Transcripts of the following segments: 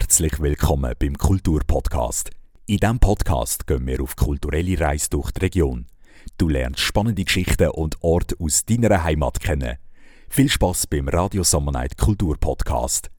Herzlich willkommen beim Kulturpodcast. In diesem Podcast gehen wir auf kulturelle Reise durch die Region. Du lernst spannende Geschichten und Orte aus deiner Heimat kennen. Viel Spass beim Radio Summer Night Kulturpodcast.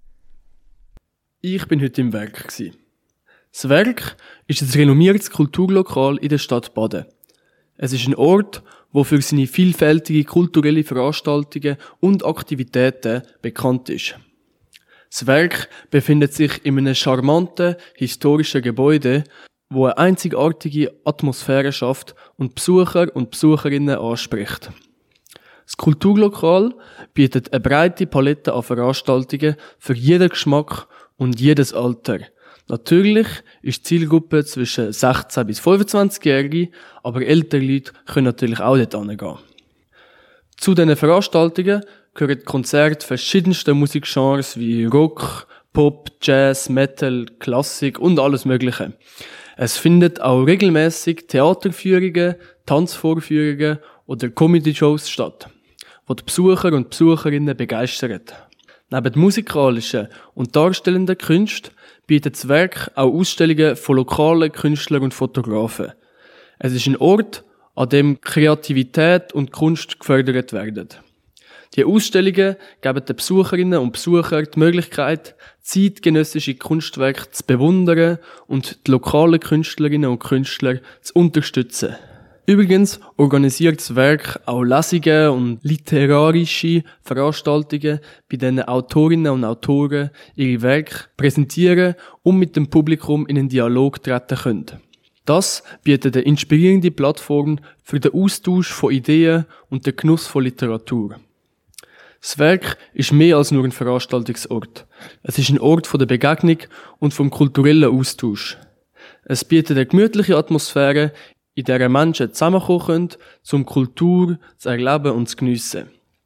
Ich bin heute im Werk. Das Werk ist ein renommiertes Kulturlokal in der Stadt Baden. Es ist ein Ort, der für seine vielfältigen kulturellen Veranstaltungen und Aktivitäten bekannt ist. Das Werk befindet sich in einem charmanten, historischen Gebäude, wo eine einzigartige Atmosphäre schafft und Besucher und Besucherinnen anspricht. Das Kulturlokal bietet eine breite Palette an Veranstaltungen für jeden Geschmack und jedes Alter. Natürlich ist die Zielgruppe zwischen 16 bis 25-Jährige, aber ältere Leute können natürlich auch dort hingehen. Zu diesen Veranstaltungen gehören Konzerte verschiedenster Musikgenres wie Rock, Pop, Jazz, Metal, Klassik und alles Mögliche. Es findet auch regelmäßig Theaterführungen, Tanzvorführungen oder Comedy-Shows statt, die die Besucher und Besucherinnen begeistern. Neben musikalischen und darstellenden Künsten bietet das Werk auch Ausstellungen von lokalen Künstlern und Fotografen. Es ist ein Ort, an dem Kreativität und Kunst gefördert werden. Die Ausstellungen geben den Besucherinnen und Besuchern die Möglichkeit, zeitgenössische Kunstwerke zu bewundern und die lokalen Künstlerinnen und Künstler zu unterstützen. Übrigens organisiert das Werk auch Lesungen und literarische Veranstaltungen, bei denen Autorinnen und Autoren ihre Werke präsentieren und mit dem Publikum in einen Dialog treten können. Das bietet eine inspirierende Plattform für den Austausch von Ideen und den Genuss von Literatur. Das Werk ist mehr als nur ein Veranstaltungsort. Es ist ein Ort der Begegnung und vom kulturellen Austausch. Es bietet eine gemütliche Atmosphäre, in der Menschen zusammenkommen können, um Kultur zu erleben und zu geniessen.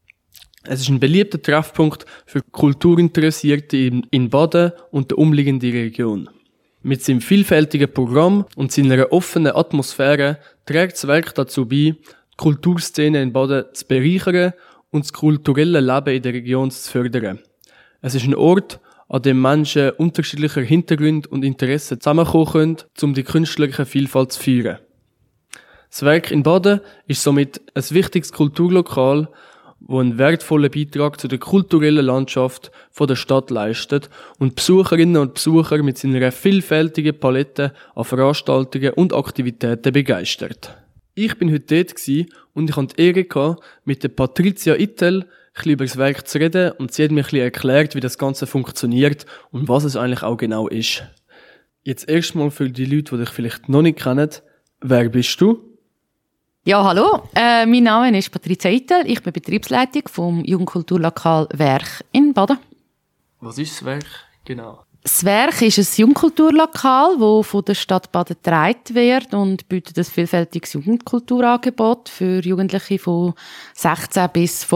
Es ist ein beliebter Treffpunkt für Kulturinteressierte in Baden und der umliegenden Region. Mit seinem vielfältigen Programm und seiner offenen Atmosphäre trägt das Werk dazu bei, die Kulturszene in Baden zu bereichern und das kulturelle Leben in der Region zu fördern. Es ist ein Ort, an dem Menschen unterschiedlicher Hintergründe und Interessen zusammenkommen können, um die künstlerische Vielfalt zu feiern. Das Werk in Baden ist somit ein wichtiges Kulturlokal, das einen wertvollen Beitrag zu der kulturellen Landschaft der Stadt leistet und Besucherinnen und Besucher mit seiner vielfältigen Palette an Veranstaltungen und Aktivitäten begeistert. Ich bin heute dort und ich hatte die Ehre, mit der Patricia Ittel ein bisschen über das Werk zu reden und sie hat mir ein bisschen erklärt, wie das Ganze funktioniert und was es eigentlich auch genau ist. Jetzt erstmal für die Leute, die dich vielleicht noch nicht kennen, wer bist du? Ja, hallo. Mein Name ist Patricia Ittel. Ich bin Betriebsleitung vom Jugendkulturlokal Werk in Baden. Was ist das Werk genau? Das Werk ist ein Jugendkulturlokal, das von der Stadt Baden getragen wird und bietet ein vielfältiges Jugendkulturangebot für Jugendliche von 16 bis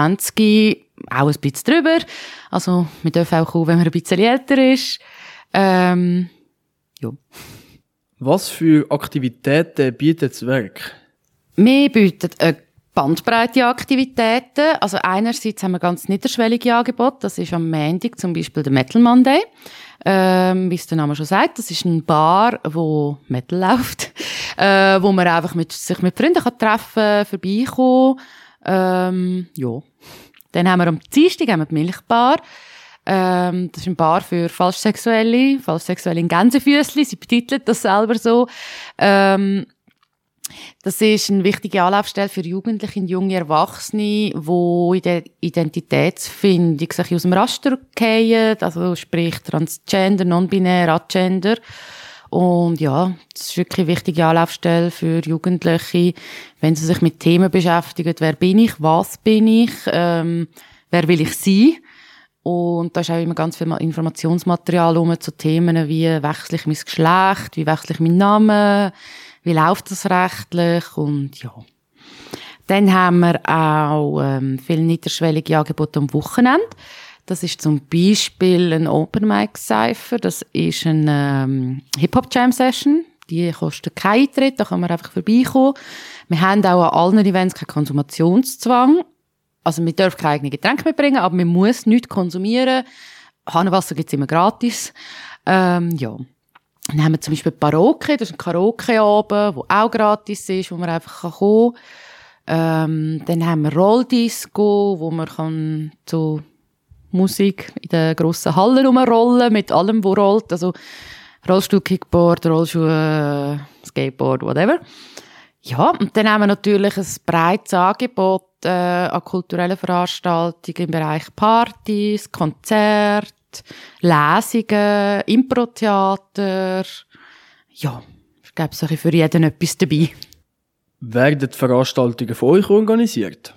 25, auch ein bisschen drüber. Also, man darf auch kommen, wenn man ein bisschen älter ist. Ja. Was für Aktivitäten bietet das Werk? Wir bieten eine Bandbreite an Aktivitäten. Also einerseits haben wir ganz niederschwellige Angebote. Das ist am Montag zum Beispiel der Metal Monday. Wie es der Name schon sagt, das ist eine Bar, wo Metal läuft, wo man einfach sich mit Freunden treffen kann, vorbeikommen. Ja. Dann haben wir am Dienstag die Milchbar. Das ist eine Bar für Falschsexuelle in Gänsefüßli. Sie betitelt das selber so. Das ist eine wichtige Anlaufstelle für Jugendliche und junge Erwachsene, die in der Identitätsfindung sich aus dem Raster fallen, also sprich Transgender, Non-Binär, Agender. Und ja, das ist wirklich eine wichtige Anlaufstelle für Jugendliche, wenn sie sich mit Themen beschäftigen. Wer bin ich? Was bin ich? Wer will ich sein? Und da ist auch immer ganz viel Informationsmaterial zu Themen wie wechsle ich mein Geschlecht, wie wechsle ich meinen Namen, wie läuft das rechtlich und ja. Dann haben wir auch viele niederschwellige Angebote am Wochenende. Das ist zum Beispiel ein Open Mic Cypher, das ist eine Hip-Hop-Jam-Session. Die kostet keinen Eintritt, da kann man einfach vorbeikommen. Wir haben auch an allen Events keinen Konsumationszwang. Also man darf keine eigenen Getränke mitbringen, aber man muss nichts konsumieren. Hahnenwasser gibt's immer gratis. Ja. Dann haben wir zum Beispiel Karaoke, das ist ein Karaoke-Abend, der auch gratis ist, wo man einfach kommen kann. Dann haben wir Rolldisco, wo man kann so Musik in den grossen Hallen rumrollen, mit allem, was rollt. Also Rollstuhl, Kickboard, Rollschuhe, Skateboard, whatever. Ja, und dann haben wir natürlich ein breites Angebot an kulturellen Veranstaltungen im Bereich Partys, Konzerte, Lesungen, Impro-Theater. Ja, ich glaube, so für jeden etwas dabei. Werden die Veranstaltungen von euch organisiert?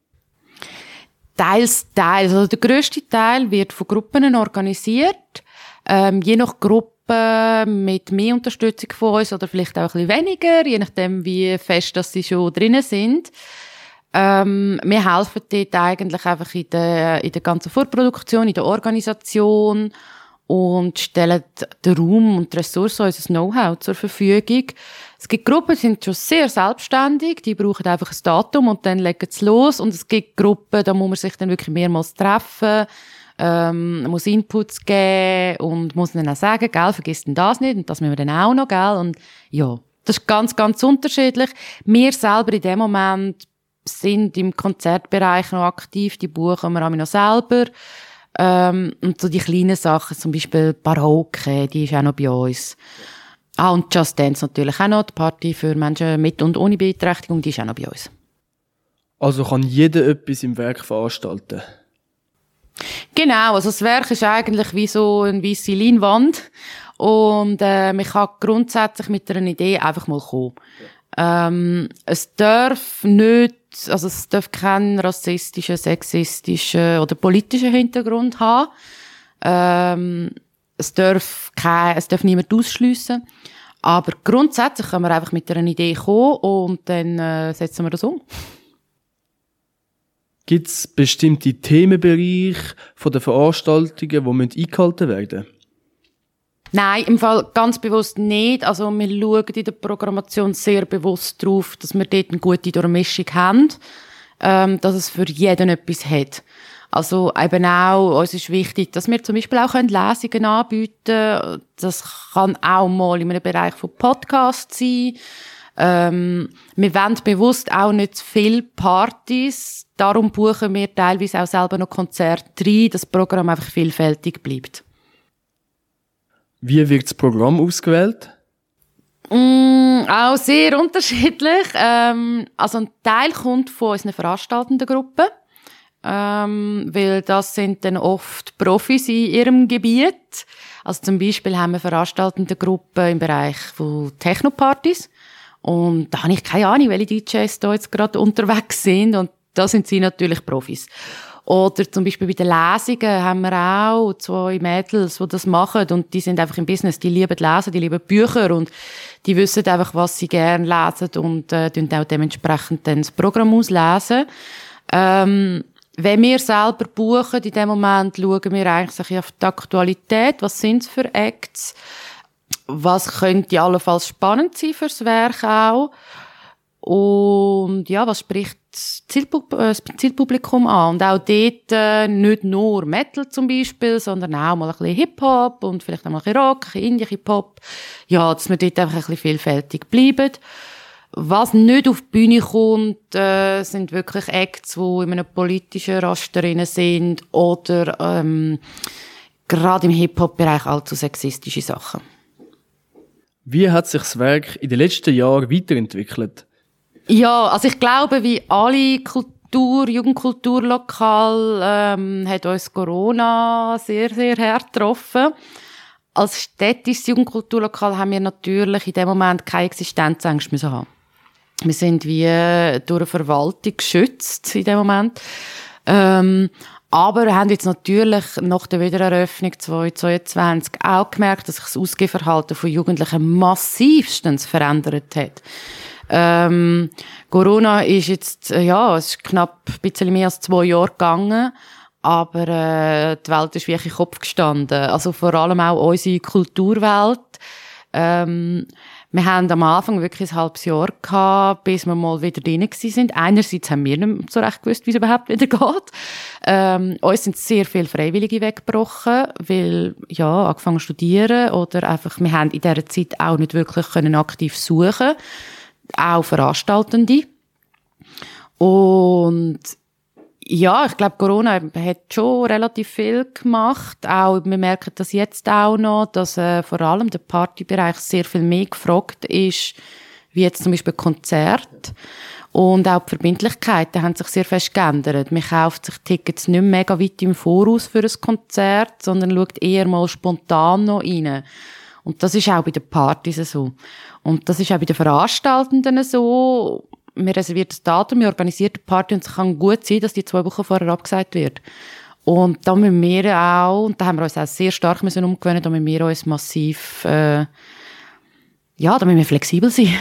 Teils. Also der grösste Teil wird von Gruppen organisiert. Je nach Gruppe mit mehr Unterstützung von uns oder vielleicht auch ein bisschen weniger, je nachdem, wie fest dass sie schon drinnen sind. Wir helfen dort eigentlich einfach in der ganzen Vorproduktion, in der Organisation und stellen den Raum und die Ressourcen, unser Know-how zur Verfügung. Es gibt Gruppen, die sind schon sehr selbstständig, die brauchen einfach ein Datum und dann legen sie los. Und es gibt Gruppen, da muss man sich dann wirklich mehrmals treffen, muss Inputs geben und muss dann auch sagen, gell, vergiss denn das nicht und das müssen wir dann auch noch, gell. Und ja, das ist ganz, ganz unterschiedlich. Wir selber in dem Moment sind im Konzertbereich noch aktiv, die buchen wir auch noch selber. Und so die kleinen Sachen, zum Beispiel Karaoke, die ist auch noch bei uns. Und Just Dance natürlich auch noch, die Party für Menschen mit und ohne Beeinträchtigung, die ist auch noch bei uns. Also kann jeder etwas im Werk veranstalten? Genau, also das Werk ist eigentlich wie so eine weisse Leinwand und man kann grundsätzlich mit einer Idee einfach mal kommen. Es darf nicht, also es darf keinen rassistischen, sexistischen oder politischen Hintergrund haben. Es darf niemand ausschliessen. Aber grundsätzlich kann man einfach mit einer Idee kommen und dann setzen wir das um. Gibt es bestimmte Themenbereiche von den Veranstaltungen, die eingehalten werden müssen? Nein, im Fall ganz bewusst nicht. Also wir schauen in der Programmation sehr bewusst darauf, dass wir dort eine gute Durchmischung haben, dass es für jeden etwas hat. Also eben auch, uns ist wichtig, dass wir zum Beispiel auch Lesungen anbieten können. Das kann auch mal in einem Bereich von Podcasts sein. Wir wollen bewusst auch nicht zu viele Partys. Darum buchen wir teilweise auch selber noch Konzerte rein, dass das Programm einfach vielfältig bleibt. Wie wird das Programm ausgewählt? Auch sehr unterschiedlich. Also ein Teil kommt von unseren veranstaltenden Gruppen, weil das sind dann oft Profis in ihrem Gebiet. Also zum Beispiel haben wir veranstaltende Gruppen im Bereich von Techno-Partys. Und da habe ich keine Ahnung, welche DJs da jetzt gerade unterwegs sind. Und da sind sie natürlich Profis. Oder zum Beispiel bei den Lesungen haben wir auch 2 Mädels, die das machen. Und die sind einfach im Business. Die lieben Lesen, die lieben Bücher. Und die wissen einfach, was sie gerne lesen. Und tun auch dementsprechend dann das Programm auslesen. Wenn wir selber buchen, in dem Moment schauen wir eigentlich auf die Aktualität. Was sind es für Acts? Was könnte allenfalls spannend sein fürs Werk auch? Und ja, was spricht das Zielpublikum an? Und auch dort nicht nur Metal zum Beispiel, sondern auch mal ein bisschen Hip-Hop und vielleicht auch mal ein bisschen Rock, ein bisschen Indie-Hip-Hop. Ja, dass wir dort einfach ein bisschen vielfältig bleiben. Was nicht auf die Bühne kommt, sind wirklich Acts, die in einem politischen Raster drin sind oder gerade im Hip-Hop-Bereich allzu sexistische Sachen. Wie hat sich das Werk in den letzten Jahren weiterentwickelt? Ja, also ich glaube, wie alle Jugendkulturlokale hat uns Corona sehr, sehr hart getroffen. Als städtisches Jugendkulturlokal haben wir natürlich in dem Moment keine Existenzängste müssen haben. Wir sind wie durch eine Verwaltung geschützt in dem Moment. Aber wir haben jetzt natürlich nach der Wiedereröffnung 2022 auch gemerkt, dass sich das Ausgehverhalten von Jugendlichen massivstens verändert hat. Corona ist jetzt, es ist knapp ein bisschen mehr als 2 Jahre gegangen, aber die Welt ist wirklich Kopf gestanden. Also vor allem auch unsere Kulturwelt. Wir Wir haben am Anfang wirklich ein halbes Jahr gehabt, bis wir mal wieder drin sind. Einerseits haben wir nicht so recht gewusst, wie es überhaupt wieder geht. Uns sind sehr viele Freiwillige weggebrochen, weil, ja, angefangen zu studieren oder einfach, wir haben in dieser Zeit auch nicht wirklich können aktiv suchen, auch Veranstaltende. Und ja, ich glaube, Corona hat schon relativ viel gemacht. Auch, wir merken das jetzt auch noch, dass vor allem der Partybereich sehr viel mehr gefragt ist, wie jetzt zum Beispiel Konzerte. Und auch die Verbindlichkeiten haben sich sehr fest geändert. Man kauft sich Tickets nicht mega weit im Voraus für ein Konzert, sondern schaut eher mal spontan noch rein. Und das ist auch bei den Partys so. Und das ist auch bei den Veranstaltenden so. Man reserviert das Datum, man organisiert eine Party und es kann gut sein, dass die 2 Wochen vorher abgesagt wird. Und da müssen wir auch, und da haben wir uns auch sehr stark umgewöhnen, da müssen wir uns massiv, da müssen wir flexibel sein.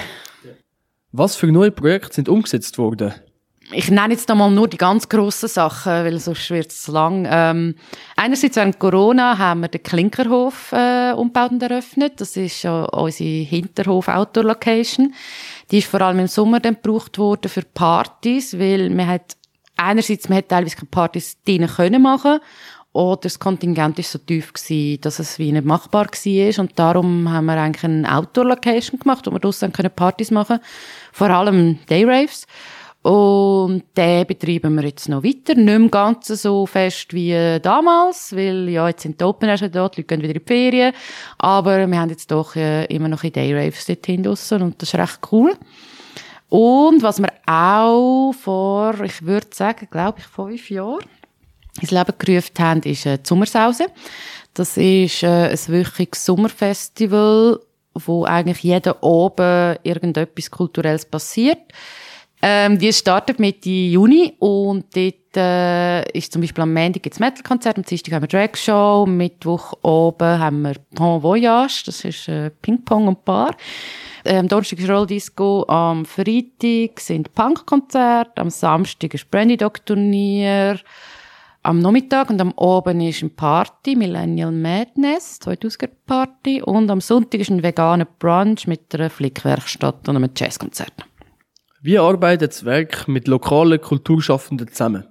Was für neue Projekte sind umgesetzt worden? Ich nenne jetzt einmal nur die ganz grossen Sachen, weil sonst wird es zu lang. Einerseits während Corona haben wir den Klinkerhof umgebaut und eröffnet. Das ist unsere Hinterhof-Outdoor-Location. Die ist vor allem im Sommer dann gebraucht worden für Partys, weil man hat teilweise keine Partys drinnen können machen oder das Kontingent ist so tief gewesen, dass es wie nicht machbar war. Und darum haben wir eigentlich eine Outdoor-Location gemacht, wo wir draussen Partys machen können. Vor allem Dayraves. Und den betreiben wir jetzt noch weiter. Nicht mehr ganz so fest wie damals, weil ja, jetzt sind die Open Air schon da, die Leute gehen wieder in die Ferien. Aber wir haben jetzt doch immer noch in Dayraves dorthin draussen und das ist recht cool. Und was wir auch vor, ich würde sagen, glaube ich, 5 Jahren ins Leben gerufen haben, ist die Sommersause. Das ist ein wöchiges Sommerfestival, wo eigentlich jeden Abend irgendetwas Kulturelles passiert. Die startet Mitte Juni und dort ist zum Beispiel am Montag gibt's Metal-Konzert, am Dienstag haben wir Drag-Show, am Mittwoch oben haben wir Bon Voyage, das ist Ping-Pong und Bar. Am Donnerstag ist Roll-Disco, am Freitag sind Punk-Konzerte, am Samstag ist Brandy-Dog-Turnier, am Nachmittag und am Abend ist eine Party, Millennial Madness, 2000er-Party und am Sonntag ist ein veganer Brunch mit einer Flickwerkstatt und einem Jazzkonzert. Wie arbeitet das Werk mit lokalen Kulturschaffenden zusammen?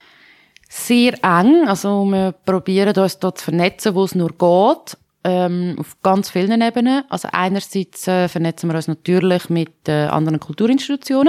Sehr eng. Also wir probieren uns dort zu vernetzen, wo es nur geht, auf ganz vielen Ebenen. Also einerseits vernetzen wir uns natürlich mit anderen Kulturinstitutionen.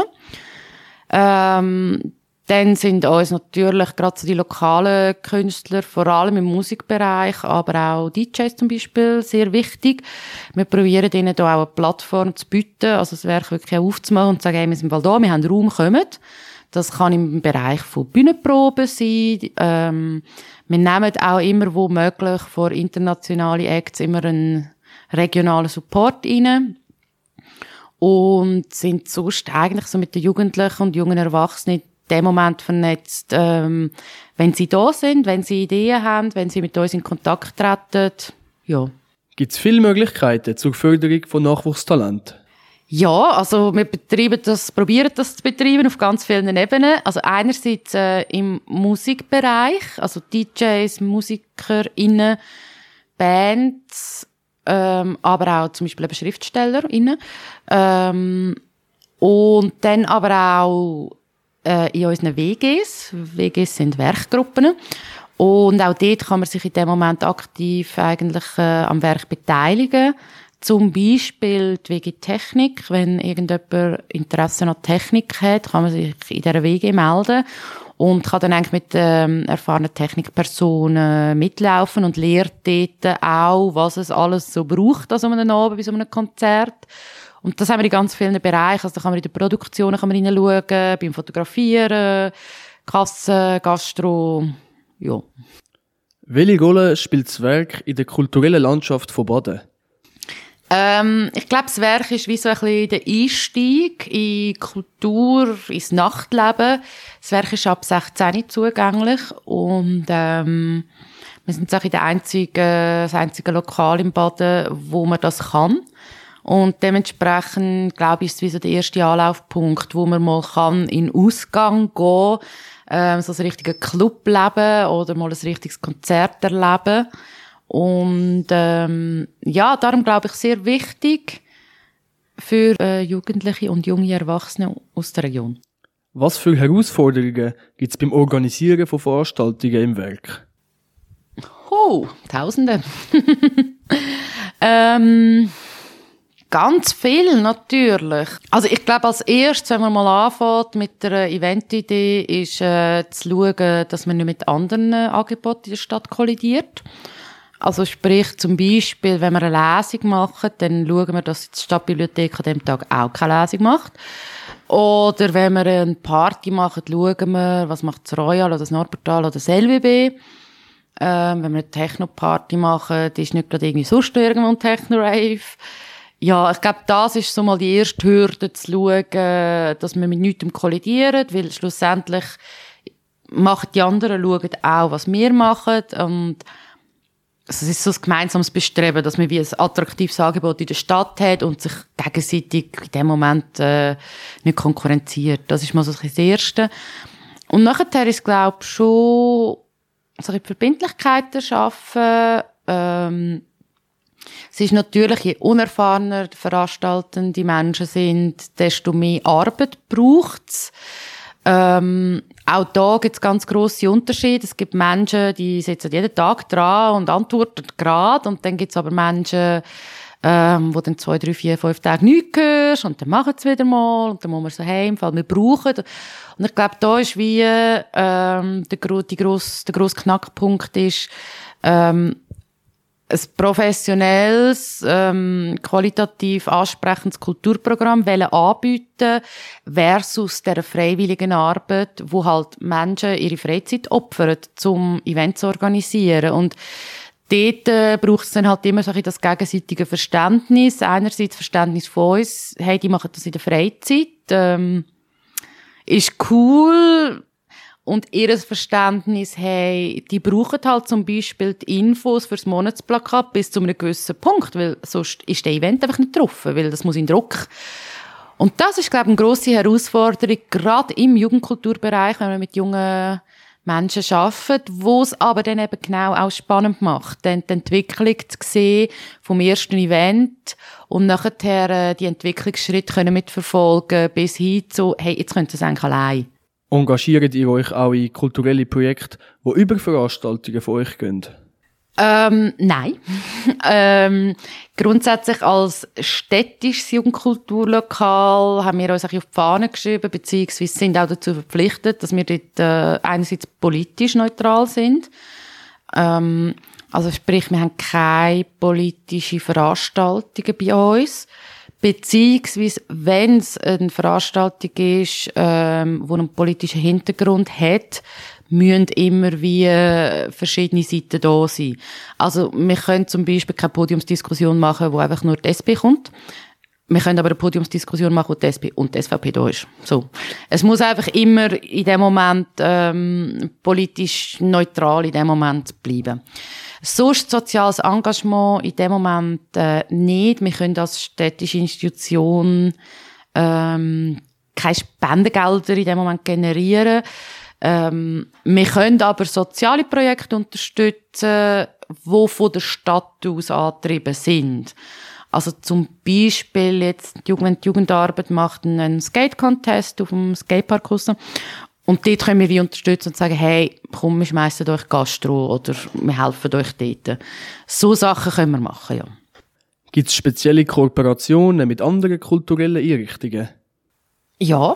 Dann sind uns natürlich gerade so die lokalen Künstler, vor allem im Musikbereich, aber auch DJs zum Beispiel, sehr wichtig. Wir probieren ihnen da auch eine Plattform zu bieten, also das Werk wirklich aufzumachen und zu sagen, hey, wir sind bald da, wir haben Raum, kommt. Das kann im Bereich von Bühnenproben sein. Wir nehmen auch immer, wo möglich, vor internationalen Acts immer einen regionalen Support rein. Und sind sonst eigentlich so mit den Jugendlichen und jungen Erwachsenen in dem Moment vernetzt, wenn sie da sind, wenn sie Ideen haben, wenn sie mit uns in Kontakt treten, ja. Gibt es viele Möglichkeiten zur Förderung von Nachwuchstalent? Ja, also wir probieren das zu betreiben auf ganz vielen Ebenen. Also einerseits im Musikbereich, also DJs, MusikerInnen, Bands, aber auch zum Beispiel eben SchriftstellerInnen. Und dann aber auch in unseren WGs. WGs sind Werkgruppen. Und auch dort kann man sich in dem Moment aktiv eigentlich am Werk beteiligen. Zum Beispiel die WG-Technik. Wenn irgendjemand Interesse an Technik hat, kann man sich in dieser WG melden und kann dann eigentlich mit erfahrenen Technikpersonen mitlaufen und lernt dort auch, was es alles so braucht an so einem Abend, bei so einem Konzert. Und das haben wir in ganz vielen Bereichen. Also da kann man in der Produktion hineinschauen, beim Fotografieren, Kassen, Gastro, ja. Welche Rolle spielt das Werk in der kulturellen Landschaft von Baden? Ich glaube, das Werk ist wie so ein bisschen der Einstieg in Kultur, ins Nachtleben. Das Werk ist ab 16 zugänglich und wir sind das einzige Lokal im Baden, wo man das kann. Und dementsprechend, glaube ich, ist es wie so der erste Anlaufpunkt, wo man mal kann in Ausgang gehen, so ein richtiges Clubleben oder mal ein richtiges Konzert erleben. Und ja, darum glaube ich sehr wichtig. für Jugendliche und junge Erwachsene aus der Region. Was für Herausforderungen gibt es beim Organisieren von Veranstaltungen im Werk? Oh, Tausende. Ganz viel, natürlich. Also ich glaube, als erstes, wenn man mal anfängt mit der Eventidee, ist zu schauen, dass man nicht mit anderen Angeboten in der Stadt kollidiert. Also sprich zum Beispiel, wenn wir eine Lesung machen, dann schauen wir, dass die Stadtbibliothek an dem Tag auch keine Lesung macht. Oder wenn wir eine Party machen, schauen wir, was macht das Royal oder das Nordportal oder das LWB. Wenn wir eine Techno-Party machen, die ist nicht gerade irgendwie sonst irgendwo ein Techno-Rave. Ja, ich glaube, das ist so mal die erste Hürde, zu schauen, dass wir mit nichts kollidieren, weil schlussendlich machen die anderen, schauen auch, was wir machen. Und es ist so ein gemeinsames Bestreben, dass man wie ein attraktives Angebot in der Stadt hat und sich gegenseitig in dem Moment nicht konkurrenziert. Das ist mal so das Erste. Und nachher ist, glaube ich, schon so die Verbindlichkeiten schaffen. Es ist natürlich, je unerfahrener die veranstaltende Menschen sind, desto mehr Arbeit braucht es. Auch da gibt es ganz grosse Unterschiede. Es gibt Menschen, die sitzen jeden Tag dran und antworten gerade. Und dann gibt es aber Menschen, wo dann 2, 3, 4, 5 Tage nichts hörst und dann machen sie wieder mal und dann muss man so heim, weil wir brauchen. Und ich glaube, da ist wie der grosse Knackpunkt ist, ein professionelles, qualitativ ansprechendes Kulturprogramm anbieten versus der freiwilligen Arbeit, wo halt Menschen ihre Freizeit opfern, um Events zu organisieren. Und dort braucht es dann halt immer so ein das gegenseitige Verständnis. Einerseits Verständnis von uns, hey, die machen das in der Freizeit, ist cool. Und ihr Verständnis, hey, die brauchen halt zum Beispiel die Infos fürs Monatsplakat bis zu einem gewissen Punkt, weil sonst ist der Event einfach nicht getroffen, weil das muss in Druck. Und das ist, glaube ich, eine grosse Herausforderung, gerade im Jugendkulturbereich, wenn man mit jungen Menschen arbeitet, wo es aber dann eben genau auch spannend macht, dann die Entwicklung zu sehen vom ersten Event und nachher die Entwicklungsschritte können mitverfolgen bis hin zu, hey, jetzt könnt ihr es eigentlich allein. Engagiert ihr euch auch in kulturelle Projekte, die über Veranstaltungen von euch gehen? Nein. Grundsätzlich als städtisches Jugendkulturlokal haben wir uns auf die Fahne geschrieben, beziehungsweise sind auch dazu verpflichtet, dass wir dort einerseits politisch neutral sind. Also sprich, wir haben keine politischen Veranstaltungen bei uns. Beziehungsweise, wenn es eine Veranstaltung ist, die einen politischen Hintergrund hat, müssen immer wie verschiedene Seiten da sein. Also, wir können zum Beispiel keine Podiumsdiskussion machen, wo einfach nur die SP kommt. Wir können aber eine Podiumsdiskussion machen, wo die SP und die SVP da ist. So. Es muss einfach immer in dem Moment politisch neutral in dem Moment bleiben. Sonst soziales Engagement in dem Moment nicht. Wir können als städtische Institution keine Spendengelder in dem Moment generieren. Wir können aber soziale Projekte unterstützen, die von der Stadt aus angetrieben sind. Also zum Beispiel jetzt die Jugendarbeit macht einen Skate-Contest auf dem Skatepark raus. Und dort können wir wie unterstützen und sagen, hey, komm, wir schmeissen euch Gastro oder wir helfen euch dort. So Sachen können wir machen, ja. Gibt es spezielle Kooperationen mit anderen kulturellen Einrichtungen? Ja.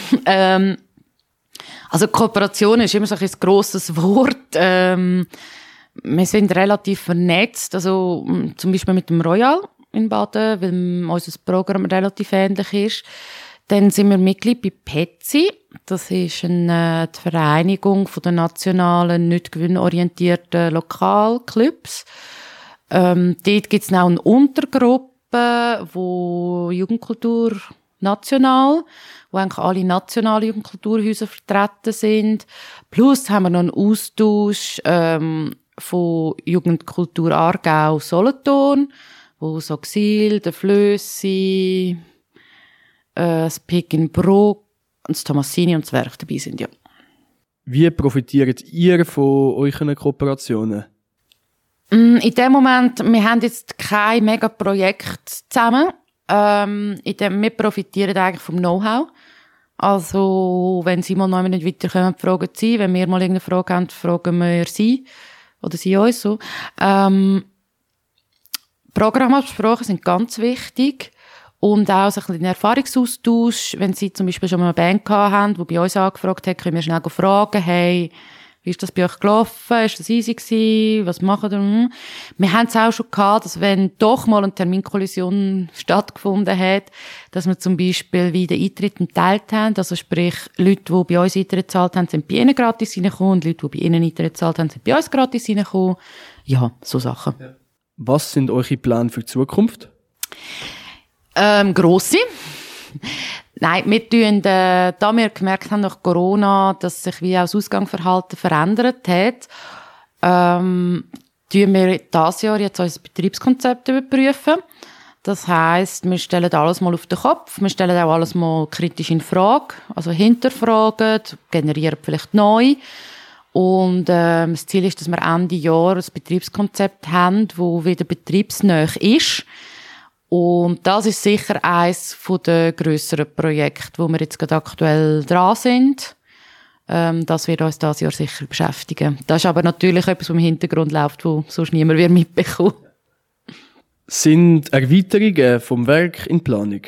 Also Kooperation ist immer so ein grosses Wort. Wir sind relativ vernetzt, also zum Beispiel mit dem Royal in Baden, weil unser Programm relativ ähnlich ist. Dann sind wir Mitglied bei PETSI. Das ist die Vereinigung der nationalen, nicht gewinnorientierten Lokalclubs. Dort gibt es auch eine Untergruppe, wo Jugendkultur national, wo eigentlich alle nationalen Jugendkulturhäuser vertreten sind. Plus haben wir noch einen Austausch von Jugendkultur Aargau Solothurn, wo so Xil, der Flössi, das Pick in Bruck, das Tomassini und das Werk dabei sind, ja. Wie profitiert ihr von euren Kooperationen? In dem Moment, wir haben jetzt kein Megaprojekt zusammen. Wir profitieren eigentlich vom Know-how. Also, wenn sie mal noch nicht weiterkommen, fragen sie. Wenn wir mal irgendeine Frage haben, fragen wir sie. Oder sie uns so. Programmabsprachen sind ganz wichtig. Und auch so ein bisschen Erfahrungsaustausch. Wenn sie zum Beispiel schon mal eine Band haben, die bei uns angefragt hat, können wir schnell fragen, hey, wie ist das bei euch gelaufen? Ist das easy gewesen? Was machen ihr? Wir haben es auch schon gehabt, dass wenn doch mal eine Terminkollision stattgefunden hat, dass wir zum Beispiel wie den Eintritt geteilt haben. Also sprich, Leute, die bei uns Eintritt gezahlt haben, sind bei ihnen gratis reingekommen und Leute, die bei ihnen Eintritt gezahlt haben, sind bei uns gratis reingekommen. Ja, so Sachen. Ja. Was sind eure Pläne für die Zukunft? Grosse. Nein, wir tun, da wir gemerkt haben nach Corona, dass sich wie auch das Ausgangsverhalten verändert hat, tun wir dieses Jahr jetzt unser Betriebskonzept überprüfen. Das heisst, wir stellen alles mal auf den Kopf, wir stellen auch alles mal kritisch in Frage, also hinterfragen, generieren vielleicht neu. Und das Ziel ist, dass wir Ende Jahr ein Betriebskonzept haben, das wieder betriebsnah ist. Und das ist sicher eines der grösseren Projekte, wo wir jetzt gerade aktuell dran sind. Das wird uns dieses Jahr sicher beschäftigen. Das ist aber natürlich etwas, was im Hintergrund läuft, wo sonst niemand mitbekommen. Sind Erweiterungen vom Werk in Planung?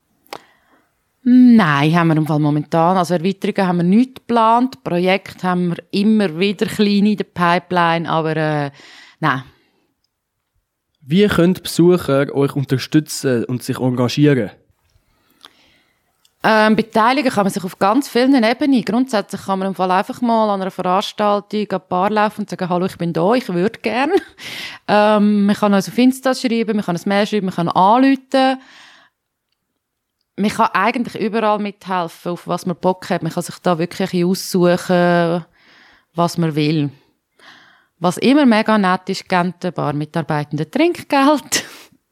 Nein, haben wir im Fall momentan. Also Erweiterungen haben wir nicht geplant. Projekte haben wir immer wieder klein in der Pipeline, aber nein. Wie können Besucher euch unterstützen und sich engagieren? Beteiligen kann man sich auf ganz vielen Ebenen. Grundsätzlich kann man im Fall einfach mal an einer Veranstaltung an die Bar laufen und sagen, hallo, ich bin da, ich würde gerne. Man kann uns auf Insta schreiben, man kann ein Mail schreiben, man kann anrufen. Man kann eigentlich überall mithelfen, auf was man Bock hat. Man kann sich da wirklich aussuchen, was man will. Was immer mega nett ist, geben den Barmitarbeitenden Trinkgeld.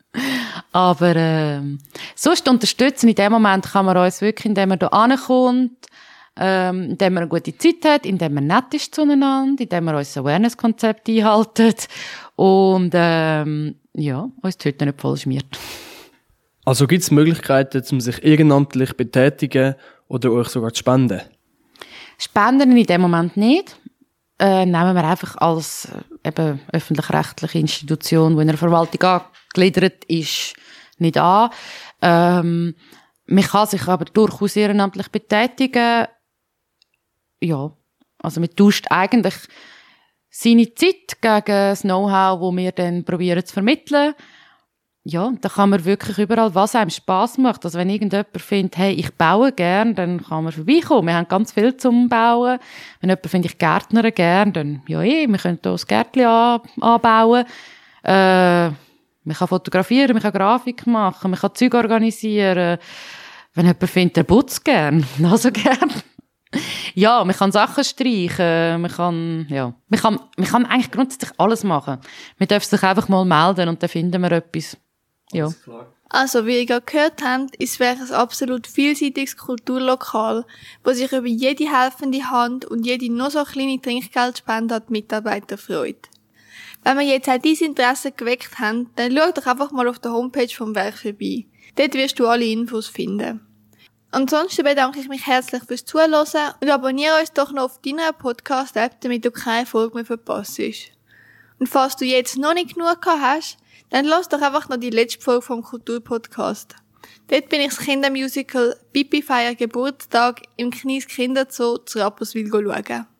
Aber sonst unterstützen in dem Moment kann man uns wirklich, indem man hier ankommt, indem man eine gute Zeit hat, indem man nett ist zueinander, indem man unser Awareness-Konzept einhaltet und uns die Hütte nicht voll schmiert. Also gibt es Möglichkeiten, um sich ehrenamtlich betätigen oder euch sogar zu spenden? Spenden in dem Moment nicht. Nehmen wir einfach als öffentlich-rechtliche Institution, die in der Verwaltung angegliedert ist, nicht an. Man kann sich aber durchaus ehrenamtlich betätigen. Ja, also man tauscht eigentlich seine Zeit gegen das Know-how, das wir dann probieren zu vermitteln. Ja, da kann man wirklich überall, was einem Spass macht. Also wenn irgendjemand findet, hey, ich baue gern, dann kann man vorbeikommen. Wir haben ganz viel zum Bauen. Wenn jemand findet, ich gärtnere gern, dann wir können hier das Gärtchen anbauen. Man kann fotografieren, man kann Grafik machen, man kann Zeug organisieren. Wenn jemand findet, der putzt gern, also gern. Ja, man kann Sachen streichen, man kann eigentlich grundsätzlich alles machen. Man darf sich einfach mal melden und dann finden wir etwas. Ja. Also, wie ihr gerade gehört habt, ist das Werk ein absolut vielseitiges Kulturlokal, das sich über jede helfende Hand und jede nur so kleine Trinkgeldspende an die Mitarbeiter freut. Wenn wir jetzt auch dieses Interesse geweckt haben, dann schau doch einfach mal auf der Homepage vom Werk vorbei. Dort wirst du alle Infos finden. Ansonsten bedanke ich mich herzlich fürs Zuhören und abonniere uns doch noch auf deiner Podcast-App, damit du keine Folge mehr verpasst. Und falls du jetzt noch nicht genug gehabt hast, dann lass doch einfach noch die letzte Folge vom Kulturpodcast. Dort bin ich das Kindermusical Pippi feiert Geburtstag im Knies Kinderzoo zu Rapperswil schauen.